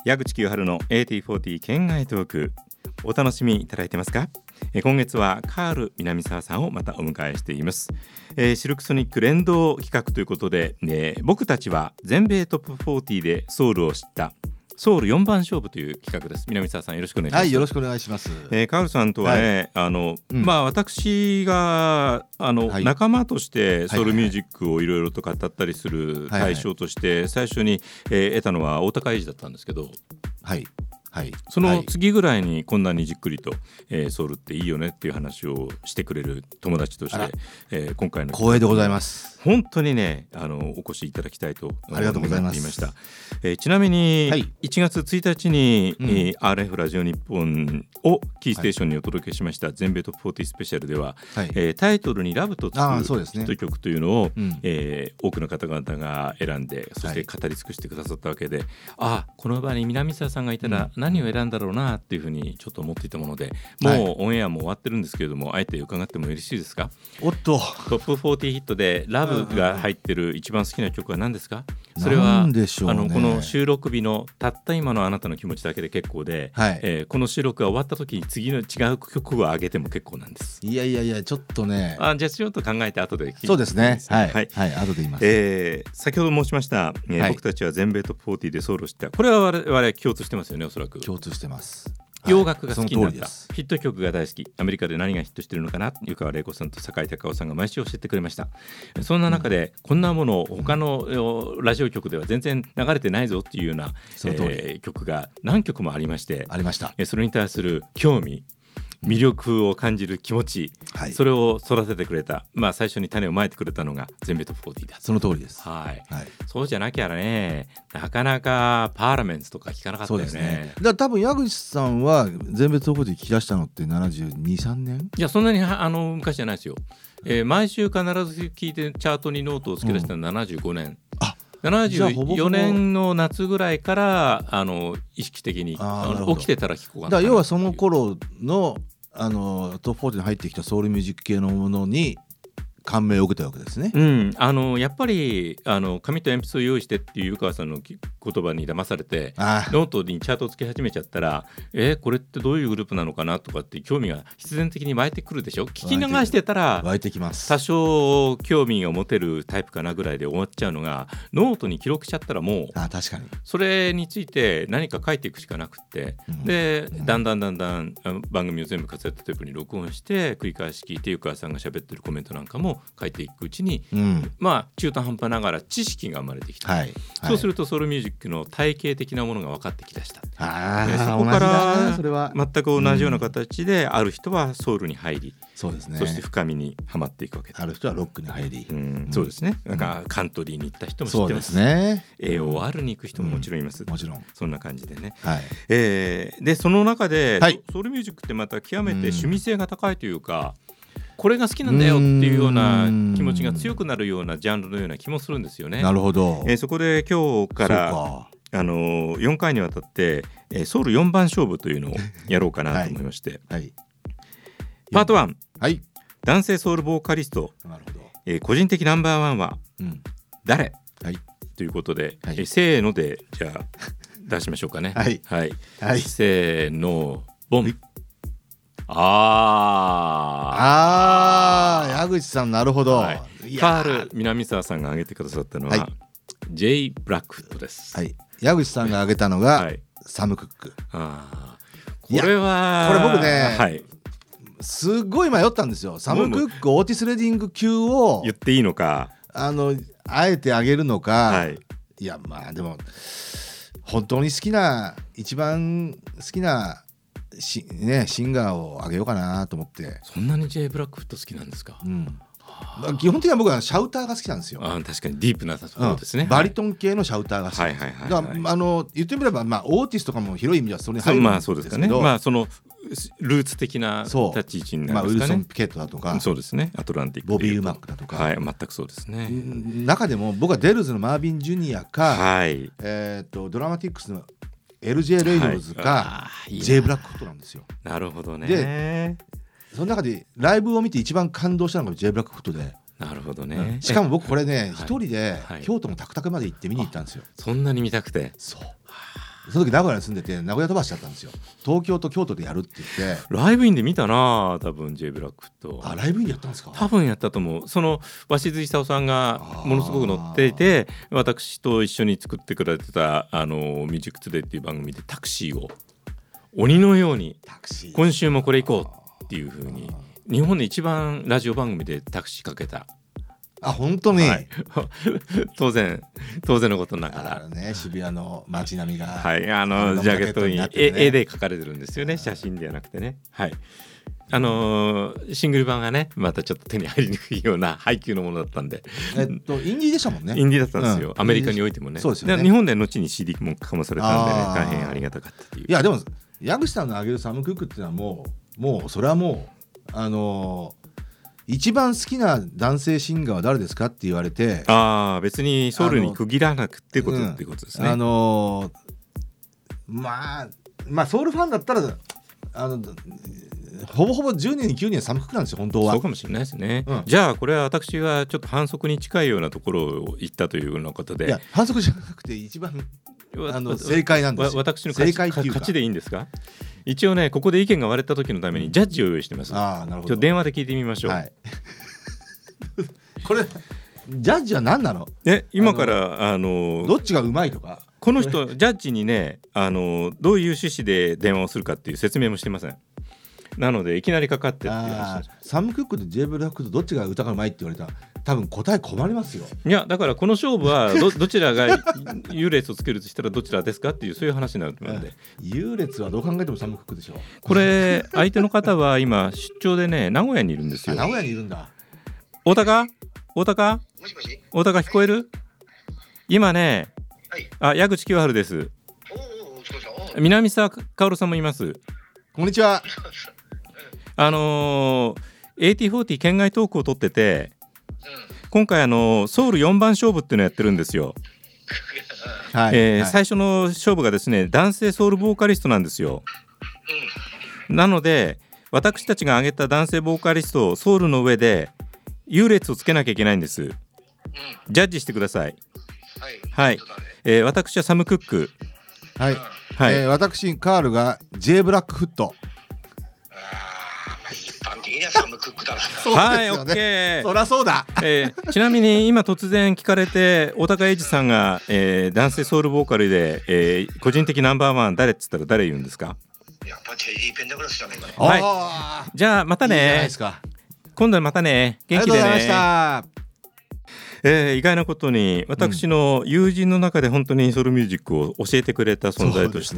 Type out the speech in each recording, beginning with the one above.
矢口清春の8040県外トーク、お楽しみいただいてますか？今月はカール南沢さんをまたお迎えしています。シルクソニック連動企画ということで、僕たちは全米トップ40でソウルを知ったソウル4番勝負という企画です。南沢さんよろしくお願いします。 はい、よろしくお願いします。 カールさんとはね、私が仲間としてソウルミュージックをいろいろと語ったりする対象として最初に得たのは大高英二だったんですけど、 はいはい、 その次ぐらいにこんなにじっくりと、ソウルっていいよねっていう話をしてくれる友達として、今回の光栄でございます。 本当にねお越しいただきたいとありがとうございます。 ました。ちなみに、1月1日に、RF ラジオ日本をキーステーションにお届けしました全米トップ40スペシャルでは、タイトルにラブとつくヒット曲というのを、多くの方々が選んで、そして語り尽くしてくださったわけで、この場に南沢さんがいたら何を選んだろうなっていうふうにちょっと思っていたもので、もうオンエアも終わってるんですけれども、あえて伺ってもよろしいですか？ おっと、 トップ40ヒットでラブが入ってる一番好きな曲は何ですか？それはでしょうね、 この収録日のたった今のあなたの気持ちだけで結構で、この収録が終わった時に次の違う曲を上げても結構なんです。 いやちょっとね、 じゃあちょっと考えて後で聞いて。 そうですね、はい、後で言います。 先ほど申しました、僕たちは全米トップ40でソウルを知った。これは我々共通してますよね。おそらく共通してます。 洋楽が好きになった、ヒット曲が大好き、アメリカで何がヒットしてるのかな、湯川玲子さんと酒井貴夫さんが毎週教えてくれました。そんな中で、こんなものを他のラジオ局では全然流れてないぞっていうような、曲が何曲もありまして、それに対する興味、魅力を感じる気持ち、それを育ててくれた、最初に種をまいてくれたのが全米トップ40だ。 その通りです。 そうじゃなきゃね、なかなかパーラメンツとか聞かなかったよね。 そうですね。だから多分矢口さんは全米トップ40聞き出したのって72、3年？ いや、そんなに昔じゃないですよ。毎週必ず聞いてチャートにノートをつけ出したのは75年。74年の夏ぐらいから意識的に起きてたら聞こうかな。 だから要はその頃のトップ40に入ってきたソウルミュージック系のものに感銘を受けたわけですね。 やっぱり紙と鉛筆を用意してっていう湯川さんの言葉に騙されてノートにチャートをつけ始めちゃったら、これってどういうグループなのかなとかって興味が必然的に湧いてくるでしょ。聞き流してたら湧いてきます。 多少興味が持てるタイプかなぐらいで終わっちゃうのが、ノートに記録しちゃったらもう確かにそれについて何か書いていくしかなくって、でだんだん番組を全部カセットテープに録音して繰り返し聞いて、湯川さんが喋ってるコメントなんかも書いていくうちに、中途半端ながら知識が生まれてきて、そうするとソウルミュージックの体系的なものが分かってきだした。そこから全く同じような形で、ある人はソウルに入り、そして深みにはまっていくわけで、 ある人はロックに入り、 そうですね。なんかカントリーに行った人も知ってます。AOR に行く人ももちろんいます。 もちろんそんな感じでね。でその中で、ソウルミュージックってまた極めて趣味性が高いというか、これが好きなんだよっていうような気持ちが強くなるようなジャンルのような気もするんですよね。 なるほど。 そこで今日から4回にわたってソウル4番勝負というのをやろうかなと思いまして、パート1、男性ソウルボーカリスト、個人的ナンバーワンは誰、ということで、せーのでじゃあ出しましょうかね。せーの、ボン。 矢口さん、なるほど。 カール南沢さんが挙げてくださったのは、J. ブラックフットです。 矢口さんが挙げたのが、サム・クック。 これ僕ね、すごい迷ったんですよ。サム・クック、オーティス・レディング級を言っていいのか、 あえて挙げるのか、いやでも本当に好きな、一番好きなシンガーをあげようかなと思って。 そんなに J. ブラックフット好きなんですか？ 基本的には僕はシャウターが好きなんですよ。 確かにディープなところですね。 バリトン系のシャウターが好き。言ってみれば、オーティスとかも広い意味ではそれに入るんですけど、 そのルーツ的な立ち位置になるんですかね。 ウィルソン・ピケットだとか、 そうですね、アトランティック、 ボビー・ウマックだとか、 全くそうですね。 中でも僕はデルズのマービン・ジュニアか、ドラマティックスのLJ レイノルズか J ブラックフットなんですよ。 なるほどね。 でその中でライブを見て一番感動したのが J ブラックフットで。 なるほどね。 しかも僕これね、一人で京都のタクタクまで行って見に行ったんですよ。 そんなに見たくて。 そうその時名古屋に住んでて名古屋飛ばしちゃったんですよ。東京と京都でやるって言って。 ライブインで見たな多分 J ブラックと。 ライブインでやったんですか。 多分やったと思う。その鷲津勲さんがものすごく乗っていて、私と一緒に作ってくれてたミュージックトゥデイっていう番組でタクシーを鬼のように今週もこれ行こうっていう風に、日本で一番ラジオ番組でタクシーかけた。 本当に、 当然のことながらね、渋谷の街並みが、 ジャケットに絵で描かれてるんですよね、写真ではなくてね。シングル版がねまたちょっと手に入りにくいような配給のものだったんで、 インディーでしたもんね。 インディーだったんですよ、アメリカにおいてもね。そうですよね。日本で後に CD もかもされたんでね、大変ありがたかったっていう。 いやでも矢口さんの挙げるサム・クックっていうのはもうそれはもう一番好きな男性シンガーは誰ですかって言われて、 別にソウルに区切らなくてことっていうことですね。 まあソウルファンだったらほぼほぼ10年に9人はサム・クックなんですよ本当は。 そうかもしれないですね、じゃあこれは私はちょっと反則に近いようなところを言ったというようなことで。 いや反則じゃなくて一番正解なんですよ。 私の勝ちでいいんですか。一応ねここで意見が割れた時のためにジャッジを用意してます。 なるほど。 ちょっと電話で聞いてみましょう。 これジャッジは何なの。 今からどっちがうまいとかこの人ジャッジにねどういう趣旨で電話をするかっていう説明もしてません。なのでいきなりかかってっていう話。 サム・クックと J ブラックとどっちが歌がうまいって言われたら多分答え困りますよ。 いやだからこの勝負はどちらが優劣をつけるとしたらどちらですかっていうそういう話になるので、 優劣はどう考えてもサム・クックでしょ。 これ相手の方は今出張でね名古屋にいるんですよ。 名古屋にいるんだ。 大高もしもし大高聞こえる。今ね、矢口清春です。南沢薫さんもいます。 こんにちは。 AT40 県外トークを取ってて、今回ソウル4番勝負っていうのをやってるんですよ。最初の勝負がですね男性ソウルボーカリストなんですよ。なので私たちが挙げた男性ボーカリストをソウルの上で優劣をつけなきゃいけないんです。ジャッジしてください。私はサム・クック、 私カールが J ブラックフット。 サム・クックだな。 オッケー。 そりゃそうだ。 ちなみに今突然聞かれて大高英二さんが、男性ソウルボーカルで、個人的ナンバーワン誰っつったら誰言うんですか。 やっぱテディ・ペンダグラスじゃないかな。じゃあまたね。今度はまたね。元気でね。 ありがとうございました。 意外なことに私の友人の中で本当にソウルミュージックを教えてくれた存在として、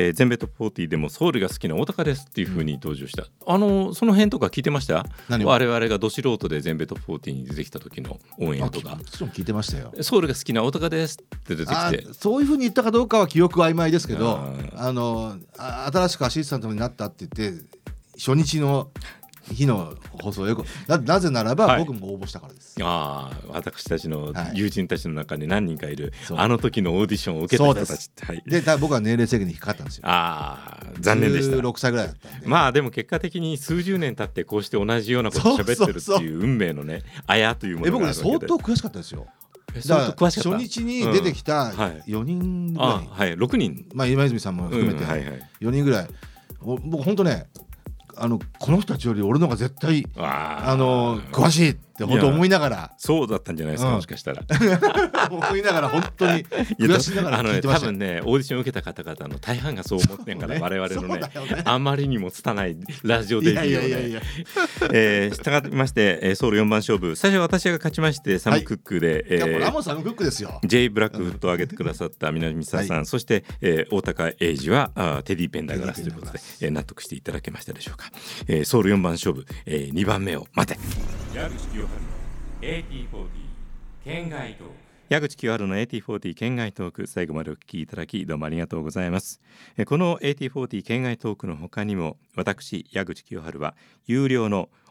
全米トップ40でもソウルが好きな大高ですっていう風に登場した、その辺とか聞いてました。我々がど素人で全米トップ40に出てきた時の応援とか。 もちろん聞いてましたよ。 ソウルが好きな大高ですって出てきて、 そういう風に言ったかどうかは記憶曖昧ですけど、新しくアシスタントになったって言って初日の日の放送よく なぜならば僕も応募したからです。 私たちの友人たちの中に何人かいる、あの時のオーディションを受けた人たちって、 で僕は年齢制限に引っかかったんですよ。 残念でした。 16歳ぐらいだったんで。 でも結果的に数十年経ってこうして同じようなことを喋ってるっていう運命のねあやというものがあるわけで。 僕ね相当悔しかったですよ。初日に出てきた4人ぐらい、 6人、 今泉さんも含めて4人ぐらい、僕本当ねこの人たちより俺の方が絶対詳しいって本当思いながら。 そうだったんじゃないですか、もしかしたら思いながら本当に悔しながら聞いてました。 多分ねオーディションを受けた方々の大半がそう思ってんから我々のねあまりにも拙いラジオデビューをね従いましてソウル4番勝負最初私が勝ちましてサム・クックでこれはもうサム・クックですよ。 J ブラックフットを挙げてくださった南沢さん、そして大高英二はテディ・ペンダグラスということで納得していただけましたでしょうか。ソウル4番勝負2番目を待て。矢口清春の AT40 県外トーク。矢口清春の AT40 県外トーク、最後までお聞きいただきどうもありがとうございます。この AT40 県外トークの他にも私矢口清春は有料の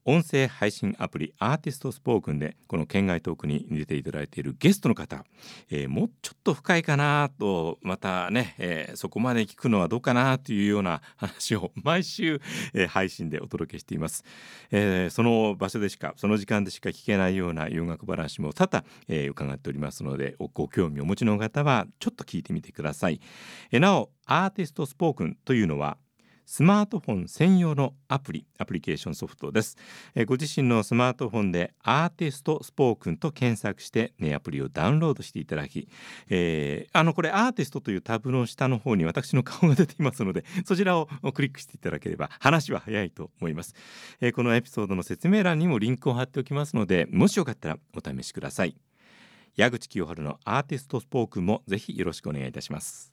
音声配信アプリアーティストスポークンでこの県外トークに出ていただいているゲストの方、もうちょっと深いかなと、またね、そこまで聞くのはどうかなというような話を毎週、配信でお届けしています。その場所でしか、その時間でしか聞けないような洋楽話も多々、伺っておりますので、ご興味をお持ちの方はちょっと聞いてみてください。なおアーティストスポークンというのはスマートフォン専用のアプリケーションソフトです。ご自身のスマートフォンでアーティストスポークンと検索して、アプリをダウンロードしていただき、これアーティストというタブの下の方に私の顔が出ていますので、そちらをクリックしていただければ話は早いと思います。このエピソードの説明欄にもリンクを貼っておきますので、もしよかったらお試しください。矢口清春のアーティストスポークンもぜひよろしくお願いいたします。